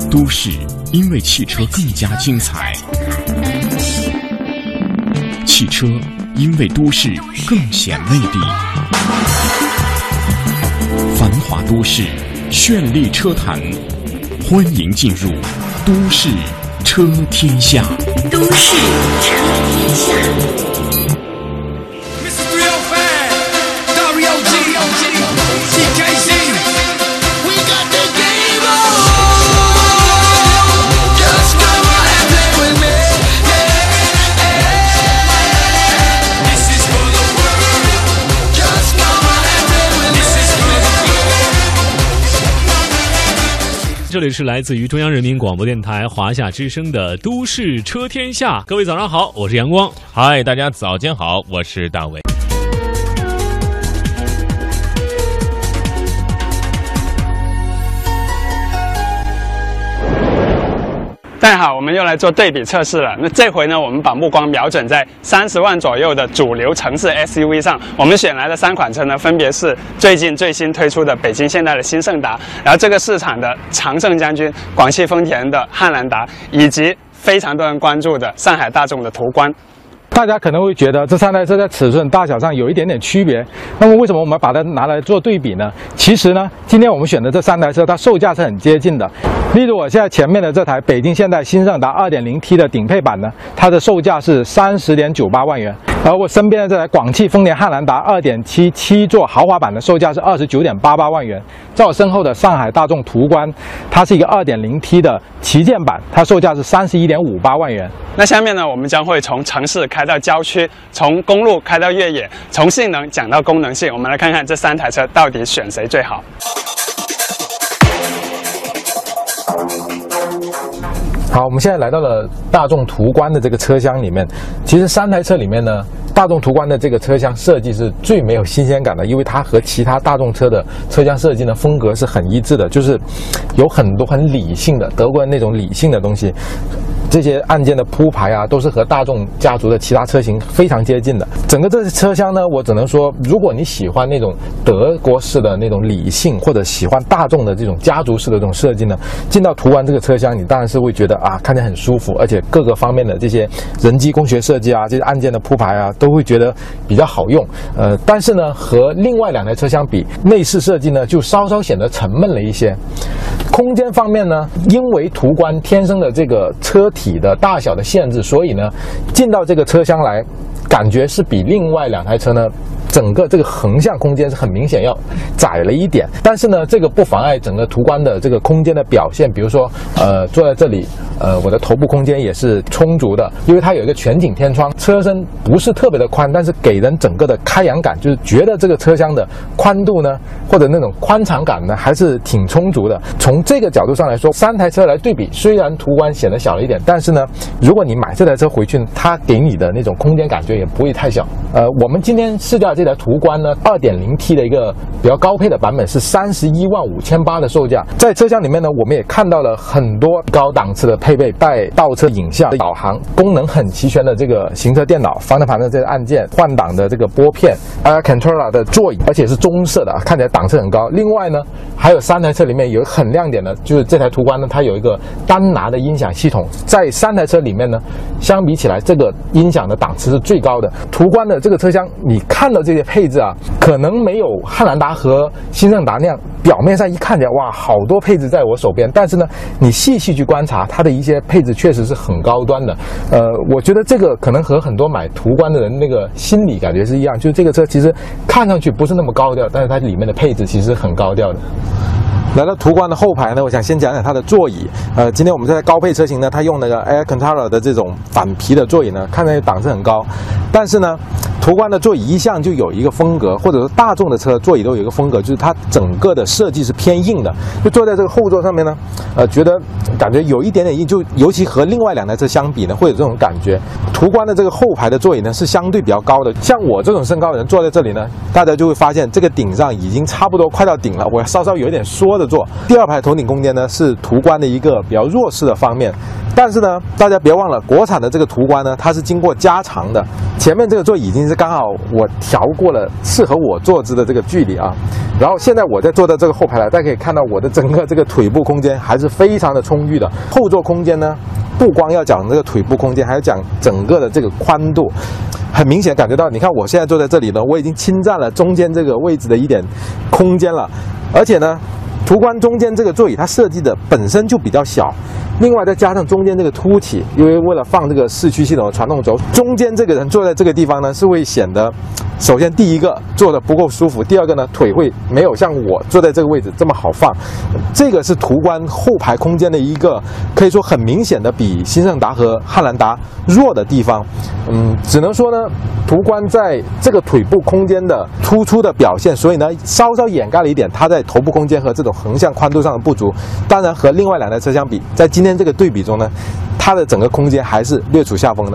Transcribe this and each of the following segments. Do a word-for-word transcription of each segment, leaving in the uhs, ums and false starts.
都市因为汽车更加精彩，汽车因为都市更显魅力。繁华都市，绚丽车坛，欢迎进入都市车天下。 都市车天下。 这里是来自于中央人民广播电台华夏之声的《都市车天下》，各位早上好，我是阳光。 嗨，大家早间好，我是大伟。 大家好，我们又来做对比测试了。那这回呢，我们把目光瞄准在三十万左右的主流城市 S U V 上。我们选来的三款车呢，分别是最近最新推出的北京现代的新胜达，然后这个市场的常胜将军广汽丰田的汉兰达，以及非常多人关注的上海大众的途观。 大家可能会觉得这三台车在尺寸大小上有一点点区别，那么为什么我们把它拿来做对比呢？其实呢，今天我们选的这三台车它售价是很接近的。例如我现在前面的这台北京现代新胜达 二点零T 的顶配版呢，它的售价是三十点九八万元，而我身边的这台广汽丰田汉兰达 二点七 七座豪华版的售价是二十九点八八万元。在我身后的上海大众途观，它是一个 二点零T 的旗舰版，它售价是三十一点五八万元。 那下面呢，我们将会从城市开到郊区，从公路开到越野，从性能讲到功能性，我们来看看这三台车到底选谁最好。 好，我们现在来到了大众途观的这个车厢里面。其实三台车里面呢，大众途观的这个车厢设计是最没有新鲜感的，因为它和其他大众车的车厢设计呢风格是很一致的，就是有很多很理性的德国人那种理性的东西。这些按键的铺排啊，都是和大众家族的其他车型非常接近的。整个这个车厢呢，我只能说，如果你喜欢那种德国式的那种理性，或者喜欢大众的这种家族式的这种设计呢，进到途观这个车厢，你当然是会觉得啊，看起来很舒服，而且各个方面的这些人机工学设计啊，这些按键的铺排啊，都会觉得比较好用。呃，但是呢，和另外两台车相比，内饰设计呢就稍稍显得沉闷了一些。空间方面呢，因为途观天生的这个车体的大小的限制，所以呢，进到这个车厢来，感觉是比另外两台车呢，整个这个横向空间是很明显要窄了一点。但是呢，这个不妨碍整个途观的这个空间的表现。比如说，呃，坐在这里，呃，我的头部空间也是充足的，因为它有一个全景天窗，车身不是特别的宽，但是给人整个的开扬感，就是觉得这个车厢的宽度呢，或者那种宽敞感呢，还是挺充足的。从这个角度上来说，三台车来对比，虽然途观显得小了一点，但是呢，如果你买这台车回去，它给你的那种空间感觉也不会太小。呃，我们今天试驾这台途观呢 ，二点零T 的一个比较高配的版本是三十一万五千八的售价。在车厢里面呢，我们也看到了很多高档次的配备，带倒车影像、导航功能很齐全的这个行车电脑、方向盘的这个按键、换挡的这个拨片、Air Controller 的座椅，而且是棕色的，看起来档次很高。另外呢，还有三台车里面有很亮点的，就是这台途观呢，它有一个单拿的音响系统，在三台车里面呢，相比起来，这个音响的档次是最高的。途观的这个车厢，你看到这些配置啊，可能没有汉兰达和新胜达那样，表面上一看起来哇，好多配置在我手边，但是呢，你细细去观察，它的一些配置确实是很高端的。呃，我觉得这个可能和很多买途观的人那个心理感觉是一样，就是这个车其实看上去不是那么高调，但是它里面的配置其实很高调的。来到途观的后排呢，我想先讲讲它的座椅。呃，今天我们这台高配车型呢，它用那个 Air Controller 的这种反皮的座椅呢，看上去档次很高。但是呢，途观的座椅一向就有一个风格，或者说大众的车座椅都有一个风格，就是它整个的设计是偏硬的。就坐在这个后座上面呢，呃，觉得感觉有一点点硬，就尤其和另外两台车相比呢，会有这种感觉。途观的这个后排的座椅呢是相对比较高的，像我这种身高的人坐在这里呢，大家就会发现这个顶上已经差不多快到顶了，我稍稍有一点缩的座。第二排头顶空间呢是途观的一个比较弱势的方面，但是呢，大家别忘了，国产的这个途观呢，它是经过加长的。前面这个座已经是刚好我调过了适合我坐姿的这个距离啊。然后现在我在坐在这个后排了，大家可以看到我的整个这个腿部空间还是非常的充裕的。后座空间呢，不光要讲这个腿部空间，还要讲整个的这个宽度。很明显感觉到，你看我现在坐在这里呢，我已经侵占了中间这个位置的一点空间了，而且呢，途观中间这个座椅它设计的本身就比较小，另外再加上中间这个凸起，因为为了放这个四驱系统的传动轴，中间这个人坐在这个地方呢，是会显得，首先第一个坐的不够舒服，第二个呢腿会没有像我坐在这个位置这么好放，这个是途观后排空间的一个可以说很明显的比新胜达和汉兰达弱的地方。嗯，只能说呢，途观在这个腿部空间的突出的表现，所以呢稍稍掩盖了一点它在头部空间和这种横向宽度上的不足。当然和另外两台车相比，在今天这个对比中呢，它的整个空间还是略处下风的。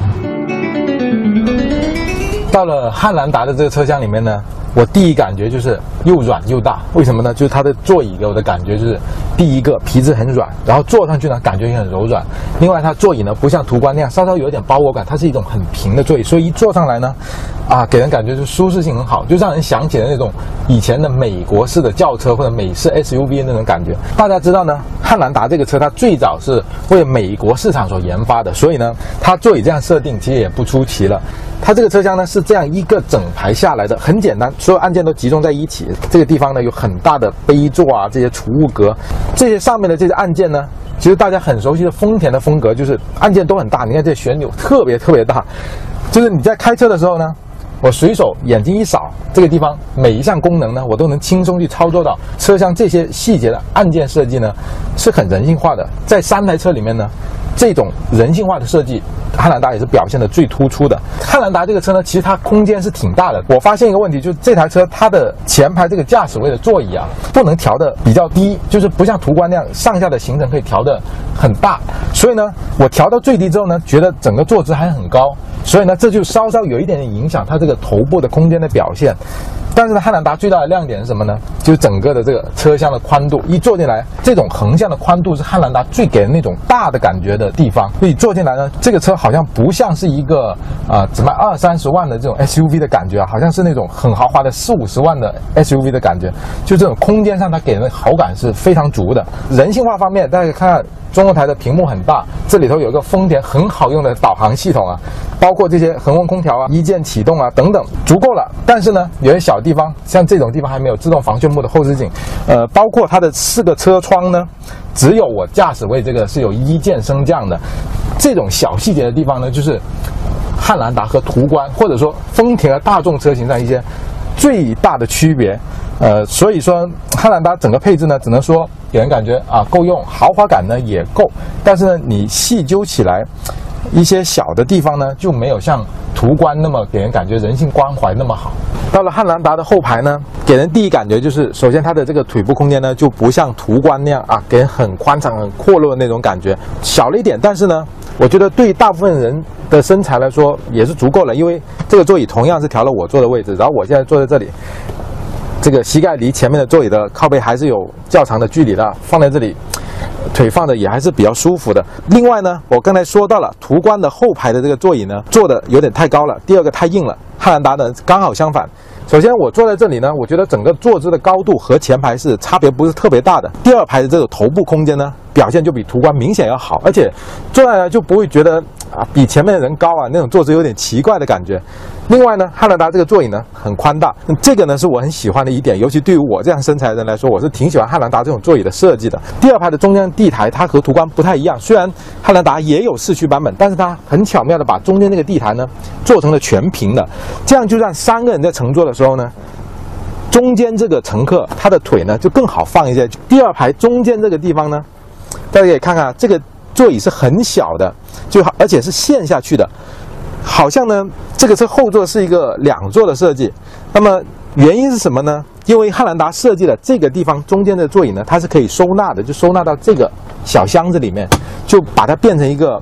到了汉兰达的这个车厢里面呢，我第一感觉就是又软又大。为什么呢？就是它的座椅给我的感觉就是，第一个皮质很软，然后坐上去呢感觉也很柔软。另外它座椅呢不像途观那样稍稍有一点包裹感，它是一种很平的座椅，所以一坐上来呢，啊，给人感觉就舒适性很好，就让人想起了那种以前的美国式的轿车或者美式 S U V 那种感觉。大家知道呢，汉兰达这个车它最早是为美国市场所研发的，所以呢，它座椅这样设定其实也不出奇了。它这个车厢呢是这样一个整排下来的，很简单，所有按键都集中在一起。这个地方呢有很大的杯座啊，这些储物格，这些上面的这些按键呢，其实大家很熟悉的丰田的风格，就是按键都很大。你看这旋钮特别特别大，就是你在开车的时候呢，我随手眼睛一扫，这个地方每一项功能呢，我都能轻松去操作到。车厢这些细节的按键设计呢，是很人性化的。在三台车里面呢，这种人性化的设计，汉兰达也是表现的最突出的。汉兰达这个车呢，其实它空间是挺大的。我发现一个问题，就是这台车它的前排这个驾驶位的座椅啊，不能调的比较低，就是不像途观那样上下的行程可以调的很大。所以呢，我调到最低之后呢，觉得整个坐姿还很高。所以呢，这就稍稍有一点点影响它这个头部的空间的表现。但是呢，汉兰达最大的亮点是什么呢？就是整个的这个车厢的宽度，一坐进来，这种横向的宽度是汉兰达最给人那种大的感觉的地方。所以坐进来呢，这个车好像不像是一个啊、呃、只卖二三十万的这种 S U V 的感觉啊，好像是那种很豪华的四五十万的 S U V 的感觉。就这种空间上，它给人的好感是非常足的。人性化方面，大家看看中控台的屏幕很大，这里头有一个丰田很好用的导航系统啊，包括这些恒温空调啊、一键启动啊等等，足够了。但是呢，有些小地方，像这种地方还没有自动防眩目的后视镜，呃，包括它的四个车窗呢，只有我驾驶位这个是有一键升降的。这种小细节的地方呢，就是汉兰达和途观或者说丰田和大众车型上一些最大的区别。呃，所以说汉兰达整个配置呢，只能说给人感觉啊够用，豪华感呢也够，但是呢，你细究起来，一些小的地方呢就没有像途观那么给人感觉人性关怀那么好。到了汉兰达的后排呢，给人第一感觉就是，首先它的这个腿部空间呢就不像途观那样啊，给人很宽敞、很阔落的那种感觉，小了一点，但是呢，我觉得对大部分人的身材来说也是足够了，因为这个座椅同样是调了我坐的位置，然后我现在坐在这里。这个膝盖离前面的座椅的靠背还是有较长的距离的，放在这里，腿放的也还是比较舒服的。另外呢，我刚才说到了途观的后排的这个座椅呢，坐的有点太高了，第二个太硬了。汉兰达呢刚好相反。首先我坐在这里呢，我觉得整个坐姿的高度和前排是差别不是特别大的。第二排的这个头部空间呢，表现就比途观明显要好，而且坐下来就不会觉得啊比前面的人高啊，那种坐姿有点奇怪的感觉。另外呢，汉兰达这个座椅呢很宽大，这个呢是我很喜欢的一点，尤其对于我这样身材的人来说，我是挺喜欢汉兰达这种座椅的设计的。第二排的中央地台它和途观不太一样，虽然汉兰达也有四驱版本，但是它很巧妙的把中间这个地台呢做成了全平的，这样就让三个人在乘坐的时候呢，中间这个乘客他的腿呢就更好放一些。第二排中间这个地方呢，大家可以看看这个座椅是很小的，就而且是陷下去的，好像呢这个车后座是一个两座的设计。那么原因是什么呢？因为汉兰达设计的这个地方中间的座椅呢，它是可以收纳的，就收纳到这个小箱子里面，就把它变成一个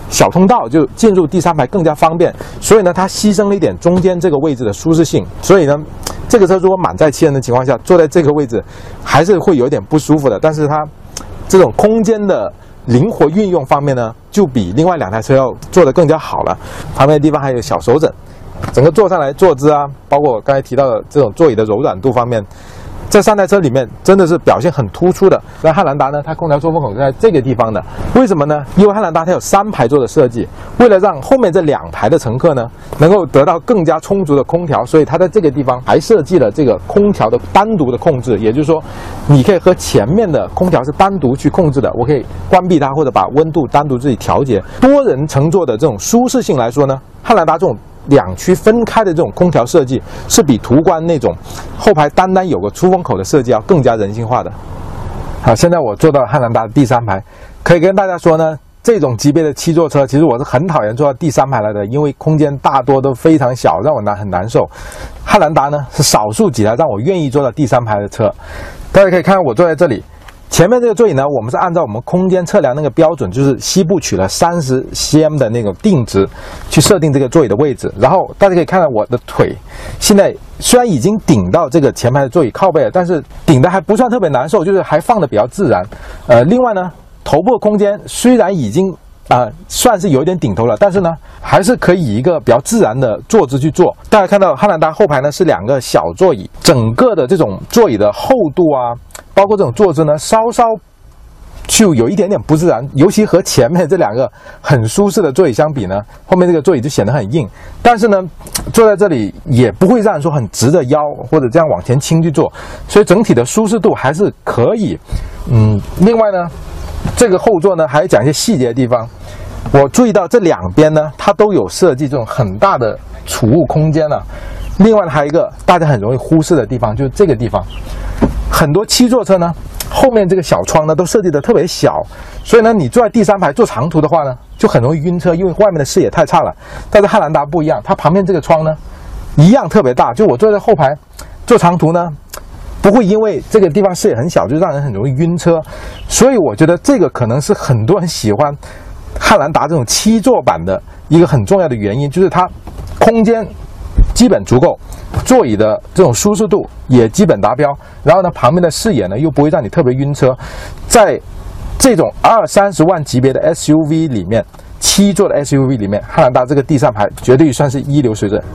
小通道，就进入第三排更加方便。所以呢，它牺牲了一点中间这个位置的舒适性。所以呢，这个车如果满载七人的情况下，坐在这个位置还是会有一点不舒服的。但是它这种空间的灵活运用方面呢，就比另外两台车要做得更加好了。旁边的地方还有小手枕，整个坐上来坐姿啊，包括我刚才提到的这种座椅的柔软度方面，在三台车里面真的是表现很突出的。在汉兰达呢，它空调出风口是在这个地方的，为什么呢？因为汉兰达它有三排座的设计，为了让后面这两排的乘客呢能够得到更加充足的空调，所以它在这个地方还设计了这个空调的单独的控制，也就是说，你可以和前面的空调是单独去控制的，我可以关闭它或者把温度单独自己调节。多人乘坐的这种舒适性来说呢，汉兰达这种两区分开的这种空调设计是比途观那种后排单单有个出风口的设计要更加人性化的。好，现在我坐到汉兰达的第三排，可以跟大家说呢，这种级别的七座车，其实我是很讨厌坐到第三排来的，因为空间大多都非常小，让我难很难受。汉兰达呢是少数几台让我愿意坐到第三排的车。大家可以看到我坐在这里。前面这个座椅呢，我们是按照我们空间测量那个标准，就是西部取了三十 cm 的那种定值去设定这个座椅的位置。然后大家可以看到我的腿现在虽然已经顶到这个前排的座椅靠背了，但是顶的还不算特别难受，就是还放的比较自然。呃，另外呢，头部的空间虽然已经啊、呃，算是有一点顶头了，但是呢，还是可以以一个比较自然的坐姿去坐。大家看到汉兰达后排呢是两个小座椅，整个的这种座椅的厚度啊，包括这种坐姿呢，稍稍就有一点点不自然，尤其和前面这两个很舒适的座椅相比呢，后面这个座椅就显得很硬。但是呢，坐在这里也不会让人说很直着腰或者这样往前倾去坐，所以整体的舒适度还是可以。嗯，另外呢，这个后座呢还讲一些细节的地方。我注意到这两边呢，它都有设计这种很大的储物空间啊。另外还有一个大家很容易忽视的地方，就是这个地方，很多七座车呢，后面这个小窗呢都设计的特别小，所以呢，你坐在第三排坐长途的话呢，就很容易晕车，因为外面的视野太差了。但是汉兰达不一样，它旁边这个窗呢，一样特别大，就我坐在后排坐长途呢，不会因为这个地方视野很小就让人很容易晕车。所以我觉得这个可能是很多人喜欢汉兰达这种七座版的一个很重要的原因，就是它空间基本足够，座椅的这种舒适度也基本达标，然后呢，旁边的视野呢又不会让你特别晕车。在这种二三十万级别的 S U V 里面，七座的 S U V 里面，汉兰达这个第三排绝对算是一流水准。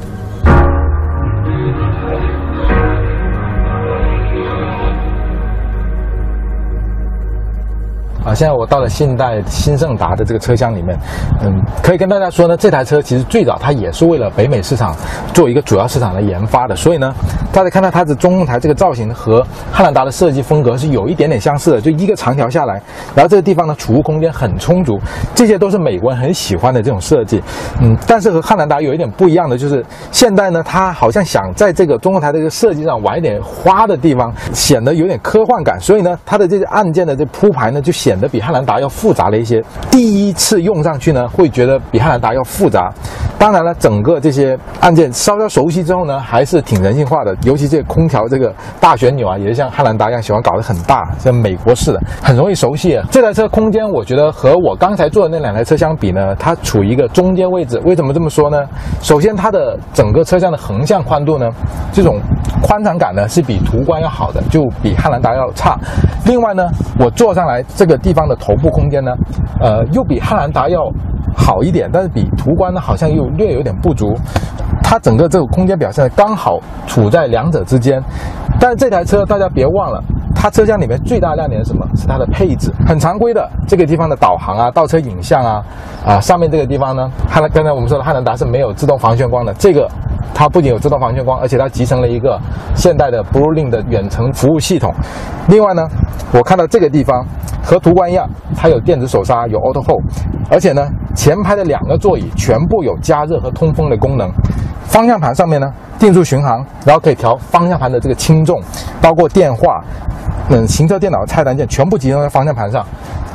啊，现在我到了现代新胜达的这个车厢里面，嗯，可以跟大家说呢，这台车其实最早它也是为了北美市场做一个主要市场来研发的，所以呢，大家看到它的中控台这个造型和汉兰达的设计风格是有一点点相似的，就一个长条下来，然后这个地方呢储物空间很充足，这些都是美国人很喜欢的这种设计，嗯，但是和汉兰达有一点不一样的就是，现代呢它好像想在这个中控台的这个设计上玩一点花的地方，显得有点科幻感，所以呢，它的这些按键的这铺排呢就显显得比汉兰达要复杂了一些，第一次用上去呢，会觉得比汉兰达要复杂。当然了，整个这些按键稍稍熟悉之后呢，还是挺人性化的。尤其这个空调这个大旋钮啊，也是像汉兰达一样喜欢搞得很大，像美国式的，很容易熟悉。这台车空间，我觉得和我刚才坐的那两台车相比呢，它处于一个中间位置。为什么这么说呢？首先，它的整个车厢的横向宽度呢，这种宽敞感呢是比途观要好的，就比汉兰达要差。另外呢，我坐上来这个地方的头部空间呢，呃，又比汉兰达要好一点，但是比途观呢好像又略有点不足。它整个这个空间表现刚好处在两者之间。但是这台车大家别忘了，它车厢里面最大亮点是什么？是它的配置，很常规的这个地方的导航啊、倒车影像啊，啊上面这个地方呢，汉兰刚才我们说的汉兰达是没有自动防眩光的，这个它不仅有自动防眩光，而且它集成了一个现代的 BlueLink 的远程服务系统。另外呢，我看到这个地方和途观一样，它有电子手刹，有 Auto Hold， 而且呢，前排的两个座椅全部有加热和通风的功能。方向盘上面呢，定速巡航，然后可以调方向盘的这个轻重，包括电话、嗯，行车电脑的菜单键全部集中在方向盘上。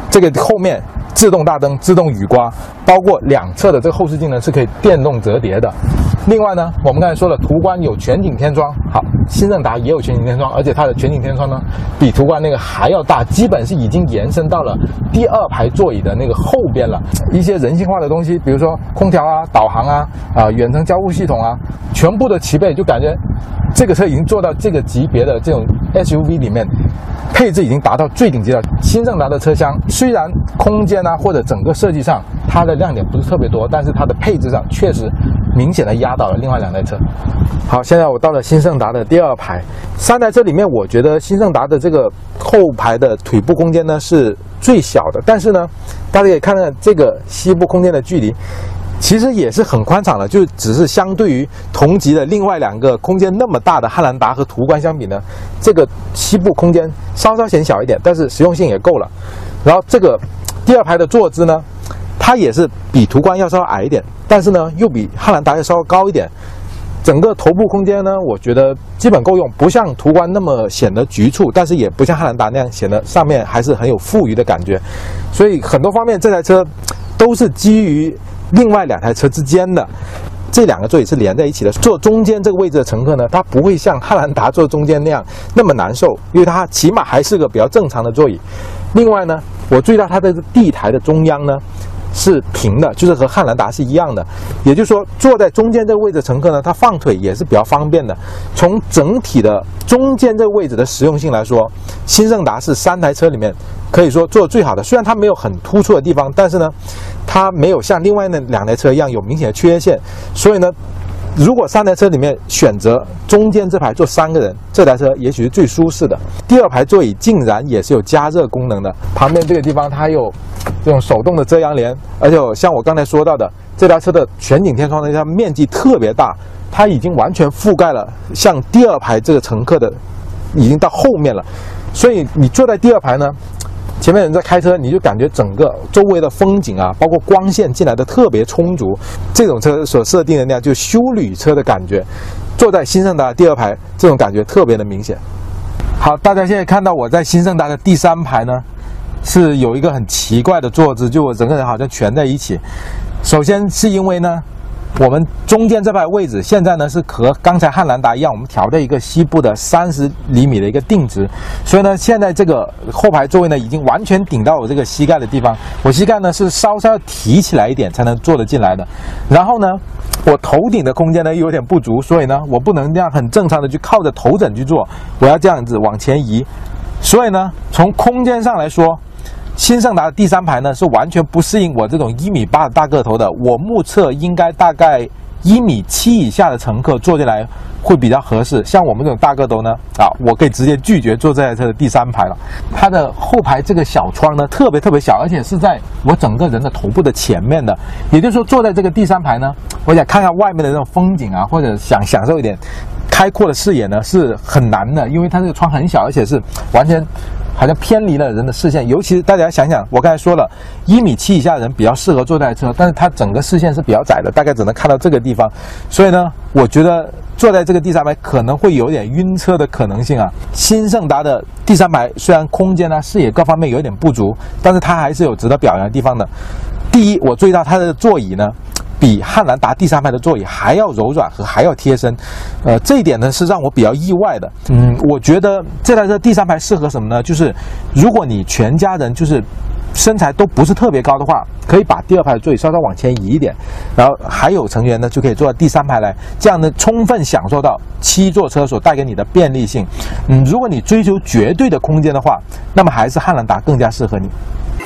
这个后面自动大灯、自动雨刮，包括两侧的这个后视镜呢是可以电动折叠的。另外呢，我们刚才说了，途观有全景天窗，好，新胜达也有全景天窗，而且它的全景天窗呢比途观那个还要大，基本是已经延伸到了第二排座椅的那个后边了。一些人性化的东西，比如说空调啊、导航啊、啊远程交互系统啊，全部的齐备，就感觉这个车已经做到这个级别的这种 S U V 里面，配置已经达到最顶级了。新胜达的车厢虽然空间啊或者整个设计上它的亮点不是特别多，但是它的配置上确实明显的压倒了另外两台车。好，现在我到了新胜达的第二排，三台车里面，我觉得新胜达的这个后排的腿部空间呢是最小的，但是呢，大家可以看看这个膝部空间的距离，其实也是很宽敞的，就只是相对于同级的另外两个空间那么大的汉兰达和途观相比呢，这个膝部空间稍稍显小一点，但是实用性也够了。然后这个第二排的坐姿呢，它也是比途观要稍微矮一点，但是呢又比汉兰达要稍微高一点。整个头部空间呢，我觉得基本够用，不像途观那么显得局促，但是也不像汉兰达那样显得上面还是很有富裕的感觉。所以很多方面这台车都是基于另外两台车之间的，这两个座椅是连在一起的。坐中间这个位置的乘客呢，他不会像汉兰达坐中间那样那么难受，因为它起码还是个比较正常的座椅。另外呢，我注意到它的地台的中央呢是平的，就是和汉兰达是一样的。也就是说，坐在中间这个位置的乘客呢，他放腿也是比较方便的。从整体的中间这个位置的实用性来说，新胜达是三台车里面可以说做得最好的。虽然它没有很突出的地方，但是呢，它没有像另外那两台车一样有明显的缺陷。所以呢，如果三台车里面选择中间这排坐三个人，这台车也许是最舒适的。第二排座椅竟然也是有加热功能的，旁边这个地方它有这种手动的遮阳帘，而且像我刚才说到的，这台车的全景天窗呢，它面积特别大，它已经完全覆盖了像第二排这个乘客的，已经到后面了。所以你坐在第二排呢，前面人在开车，你就感觉整个周围的风景啊，包括光线进来的特别充足。这种车所设定的那样就休旅车的感觉，坐在新胜达第二排，这种感觉特别的明显。好，大家现在看到我在新胜达的第三排呢，是有一个很奇怪的坐姿，就我整个人好像蜷在一起。首先是因为呢，我们中间这排位置现在呢是和刚才汉兰达一样，我们调在一个膝部的三十厘米的一个定值，所以呢，现在这个后排座位呢已经完全顶到我这个膝盖的地方，我膝盖呢是稍稍提起来一点才能坐得进来的。然后呢，我头顶的空间呢又有点不足，所以呢，我不能这样很正常的去靠着头枕去坐，我要这样子往前移。所以呢，从空间上来说，新胜达的第三排呢是完全不适应我这种一米八的大个头的，我目测应该大概一米七以下的乘客坐进来会比较合适。像我们这种大个头呢，啊，我可以直接拒绝坐这台车的第三排了。它的后排这个小窗呢特别特别小，而且是在我整个人的头部的前面的，也就是说坐在这个第三排呢，我想看看外面的这种风景啊，或者想享受一点开阔的视野呢是很难的，因为它这个窗很小，而且是完全好像偏离了人的视线。尤其是大家想想，我刚才说了，一米七以下的人比较适合坐这台车，但是它整个视线是比较窄的，大概只能看到这个地方。所以呢，我觉得坐在这个第三排可能会有点晕车的可能性啊。新胜达的第三排虽然空间啊、视野各方面有点不足，但是它还是有值得表扬的地方的。第一，我注意到它的座椅呢，比汉兰达第三排的座椅还要柔软和还要贴身，呃，这一点呢是让我比较意外的。嗯，我觉得这台车第三排适合什么呢？就是如果你全家人就是身材都不是特别高的话，可以把第二排的座椅稍稍往前移一点，然后还有成员呢就可以坐到第三排来，这样呢充分享受到七座车所带给你的便利性。嗯，如果你追求绝对的空间的话，那么还是汉兰达更加适合你。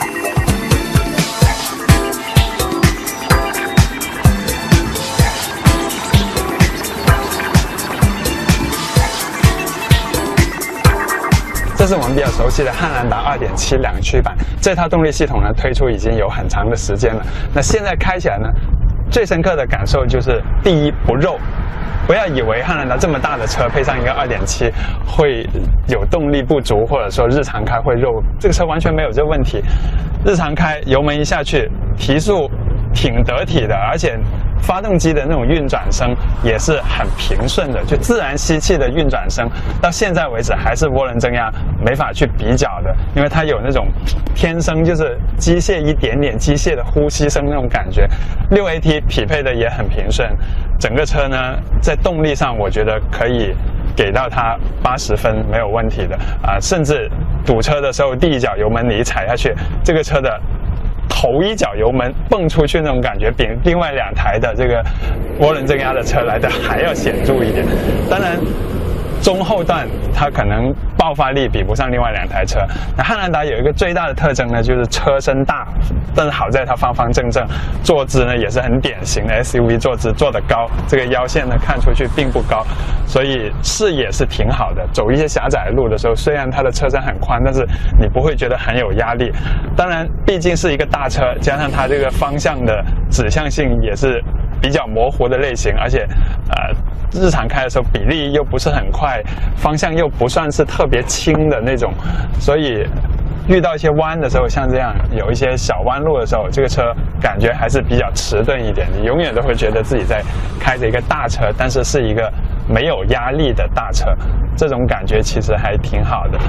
这是我们比较熟悉的汉兰达 二点七 两驱版，这套动力系统呢推出已经有很长的时间了。那现在开起来呢，最深刻的感受就是第一，不肉。不要以为汉兰达这么大的车配上一个 二点七 会有动力不足，或者说日常开会肉，这个车完全没有这个问题。日常开油门一下去，提速挺得体的，而且发动机的那种运转声也是很平顺的，就自然吸气的运转声，到现在为止还是涡轮增压没法去比较的，因为它有那种天生就是机械一点点机械的呼吸声那种感觉。六 A T 匹配的也很平顺，整个车呢在动力上我觉得可以给到它八十分没有问题的啊、呃，甚至堵车的时候第一脚油门你一踩下去，这个车的头一脚油门蹦出去那种感觉，比另外两台的这个涡轮增压的车来的还要显著一点。当然中后段它可能爆发力比不上另外两台车。那汉兰达有一个最大的特征呢，就是车身大，但是好在它方方正正，坐姿呢也是很典型的 S U V 坐姿，坐得高，这个腰线呢看出去并不高，所以视野是挺好的。走一些狭窄的路的时候，虽然它的车身很宽，但是你不会觉得很有压力。当然，毕竟是一个大车，加上它这个方向的指向性也是比较模糊的类型，而且呃日常开的时候比例又不是很快，方向又不算是特别轻的那种，所以遇到一些弯的时候，像这样有一些小弯路的时候，这个车感觉还是比较迟钝一点，你永远都会觉得自己在开着一个大车，但是是一个没有压力的大车，这种感觉其实还挺好的。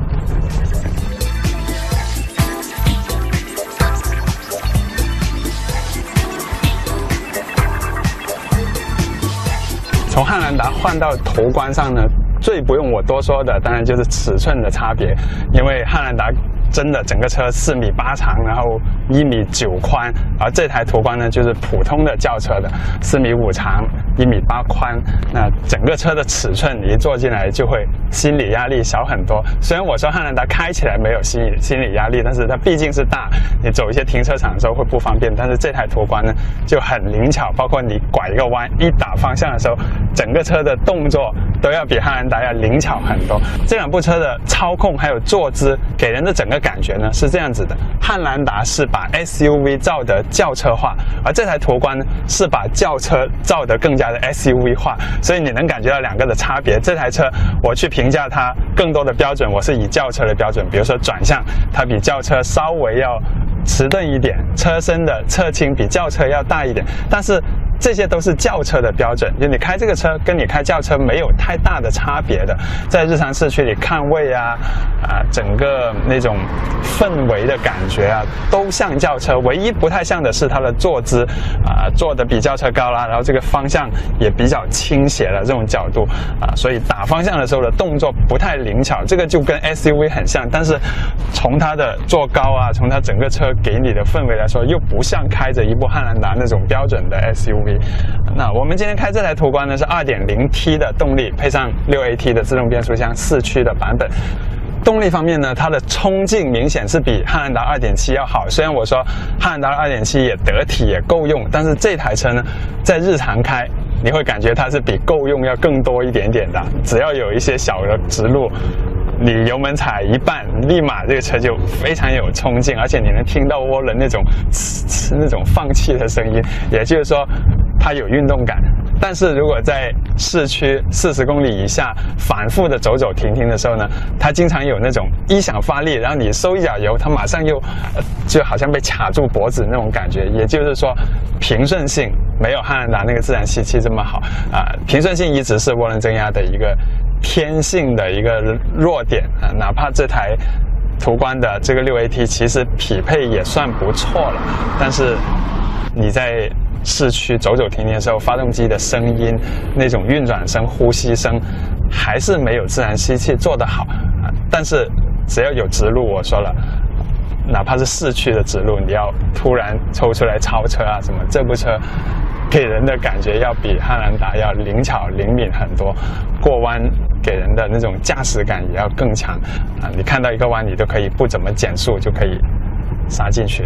从汉兰达换到途观上呢，最不用我多说的当然就是尺寸的差别，因为汉兰达真的整个车四米八长，然后一米九宽，而这台途观呢就是普通的轿车的四米五长，一米八宽。那整个车的尺寸你一坐进来就会心理压力小很多。虽然我说汉兰达开起来没有心理心理压力，但是它毕竟是大，你走一些停车场的时候会不方便。但是这台途观呢就很灵巧，包括你拐一个弯，一打方向的时候，整个车的动作都要比汉兰达要灵巧很多。这两部车的操控还有坐姿给人的整个感觉呢是这样子的，汉兰达是把 S U V 造得轿车化，而这台途观呢是把轿车造得更加的 S U V 化，所以你能感觉到两个的差别。这台车我去评价它更多的标准，我是以轿车的标准，比如说转向它比轿车稍微要迟钝一点，车身的侧倾比轿车要大一点，但是这些都是轿车的标准，就你开这个车跟你开轿车没有太大的差别的，在日常市区里看位啊啊，整个那种氛围的感觉啊，都像轿车，唯一不太像的是它的坐姿啊，坐的比轿车高啦，然后这个方向也比较倾斜了这种角度啊，所以打方向的时候的动作不太灵巧，这个就跟 S U V 很像，但是从它的坐高啊，从它整个车给你的氛围来说，又不像开着一部汉兰达那种标准的 S U V。那我们今天开这台途观呢是 二点零 T 的动力，配上 六 A T 的自动变速箱四驱的版本。动力方面呢，它的冲劲明显是比汉兰达 二点七 要好。虽然我说汉兰达 二点七 也得体也够用，但是这台车呢，在日常开你会感觉它是比够用要更多一点点的。只要有一些小的直路，你油门踩一半，立马这个车就非常有冲劲，而且你能听到涡轮那种呲呲那种放气的声音，也就是说它有运动感。但是如果在市区四十公里以下反复的走走停停的时候呢，它经常有那种一想发力，然后你收一脚油，它马上又、呃、就好像被卡住脖子那种感觉。也就是说平顺性没有汉兰达那个自然吸气这么好啊、呃，平顺性一直是涡轮增压的一个天性的一个弱点啊，哪怕这台途观的这个 六 A T 其实匹配也算不错了，但是你在市区走走停停的时候，发动机的声音那种运转声呼吸声还是没有自然吸气做得好啊。但是只要有直路，我说了哪怕是市区的直路，你要突然抽出来超车啊什么，这部车给人的感觉要比汉兰达要灵巧灵敏很多，过弯给人的那种驾驶感也要更强啊！你看到一个弯，你都可以不怎么减速就可以杀进去。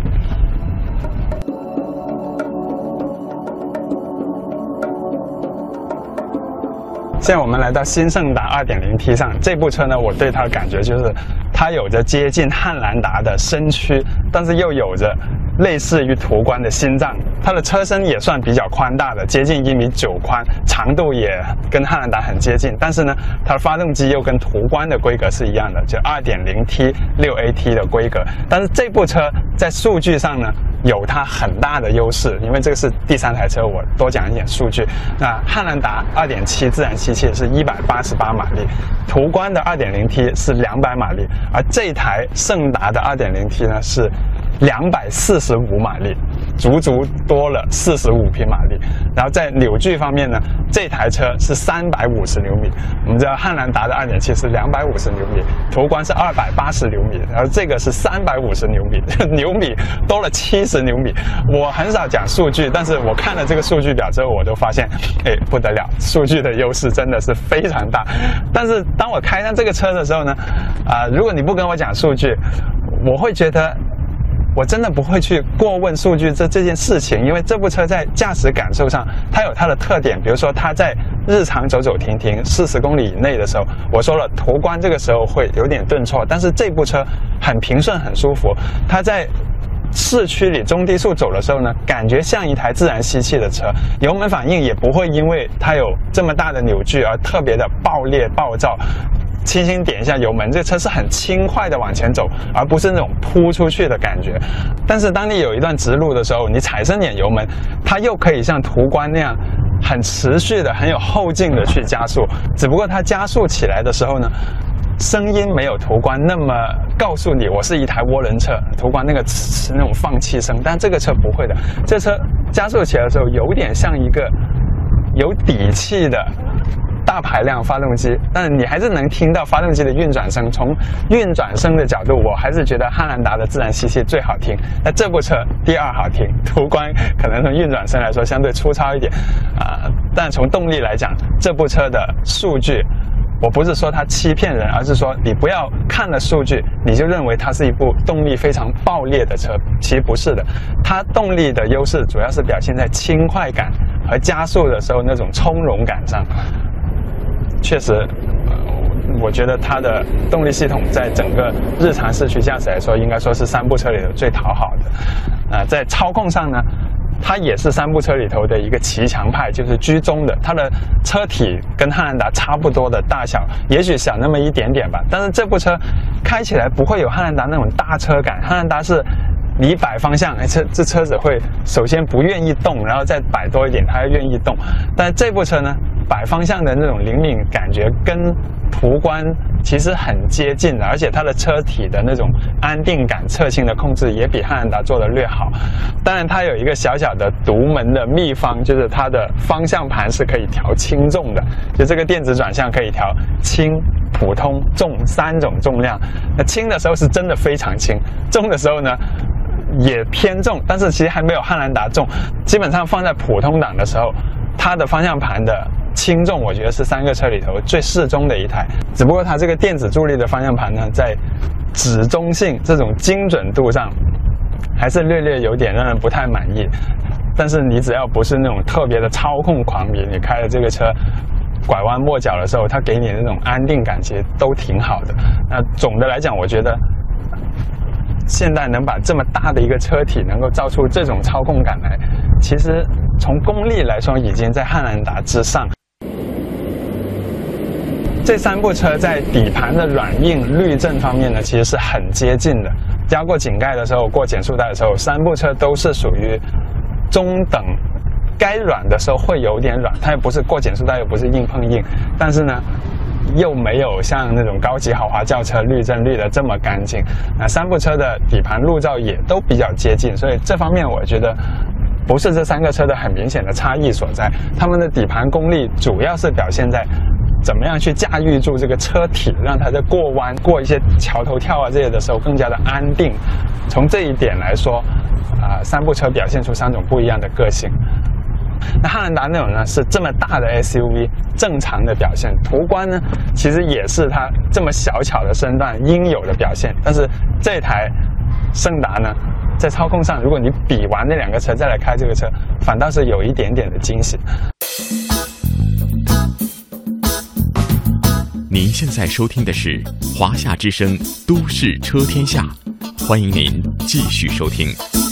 现在我们来到新胜达 二点零 T 上，这部车呢，我对它的感觉就是它有着接近汉兰达的身躯，但是又有着类似于途观的心脏。它的车身也算比较宽大的，接近一米九宽，长度也跟汉兰达很接近。但是呢，它的发动机又跟途观的规格是一样的，就 二点零 T 六 A T 的规格。但是这部车在数据上呢， 有它很大的优势，因为这个是第三台车，我多讲一点数据。那汉兰达 二点七 自然吸气是一百八十八马力，途观的 二点零 T 是两百马力，而这台胜达的 二点零 T 呢是两百四十五马力，足足多了四十五匹马力。然后在扭矩方面呢，这台车是三百五十牛米，我们知道汉兰达的 二点七 是两百五十牛米，途观是二百八十牛米，然后这个是三百五十牛米，牛米多了七十牛米。我很少讲数据，但是我看了这个数据表之后，我都发现，哎，不得了，数据的优势真的是非常大。但是当我开上这个车的时候呢，啊、呃，如果你不跟我讲数据，我会觉得我真的不会去过问数据这这件事情，因为这部车在驾驶感受上，它有它的特点。比如说，它在日常走走停停四十公里以内的时候，我说了，途观这个时候会有点顿挫，但是这部车很平顺，很舒服。它在市区里中低速走的时候呢，感觉像一台自然吸气的车，油门反应也不会因为它有这么大的扭矩而特别的爆裂暴躁。轻轻点一下油门，这车是很轻快的往前走，而不是那种扑出去的感觉。但是当你有一段直路的时候，你踩深点油门，它又可以像途观那样很持续的、很有后劲的去加速。只不过它加速起来的时候呢，声音没有途观那么告诉你我是一台涡轮车，途观那个是那种放气声，但这个车不会的。这车加速起来的时候，有点像一个有底气的大排量发动机，但是你还是能听到发动机的运转声。从运转声的角度，我还是觉得汉兰达的自然吸气最好听。那这部车第二好听，途观可能从运转声来说相对粗糙一点啊、呃，但从动力来讲，这部车的数据，我不是说它欺骗人，而是说你不要看了数据你就认为它是一部动力非常爆裂的车，其实不是的。它动力的优势主要是表现在轻快感和加速的时候那种从容感上。确实、呃、我觉得它的动力系统在整个日常市区驾驶来说，应该说是三部车里头最讨好的。呃，在操控上呢，它也是三部车里头的一个骑墙派，就是居中的。它的车体跟汉兰达差不多的大小，也许小那么一点点吧，但是这部车开起来不会有汉兰达那种大车感。汉兰达是你摆方向，哎，这这车子会首先不愿意动，然后再摆多一点，它愿意动。但这部车呢，摆方向的那种灵敏感觉跟途观其实很接近的，而且它的车体的那种安定感、侧倾的控制也比汉兰达做得略好。当然，它有一个小小的独门的秘方，就是它的方向盘是可以调轻重的，就这个电子转向可以调轻、普通、重三种重量。那轻的时候是真的非常轻，重的时候呢也偏重，但是其实还没有汉兰达重。基本上放在普通档的时候，它的方向盘的轻重我觉得是三个车里头最适中的一台。只不过它这个电子助力的方向盘呢，在指中性这种精准度上还是略略有点让人不太满意。但是你只要不是那种特别的操控狂迷，你开了这个车拐弯抹角的时候，它给你的那种安定感其实都挺好的。那总的来讲，我觉得现在能把这么大的一个车体能够造出这种操控感来，其实从功力来说已经在汉兰达之上。这三部车在底盘的软硬滤震方面呢，其实是很接近的。加过井盖的时候，过减速带的时候，三部车都是属于中等，该软的时候会有点软，它又不是过减速带，又不是硬碰硬，但是呢又没有像那种高级豪华轿车滤震滤得这么干净。那三部车的底盘路噪也都比较接近，所以这方面我觉得不是这三个车的很明显的差异所在。他们的底盘功力主要是表现在怎么样去驾驭住这个车体，让它在过弯、过一些桥头跳啊这些的时候更加的安定。从这一点来说，啊、呃，三部车表现出三种不一样的个性。那汉兰达那种呢是这么大的 S U V 正常的表现，途观呢其实也是它这么小巧的身段应有的表现，但是这台胜达呢在操控上，如果你比完那两个车再来开这个车，反倒是有一点点的惊喜。 您现在收听的是华夏之声《都市车天下》，欢迎您继续收听。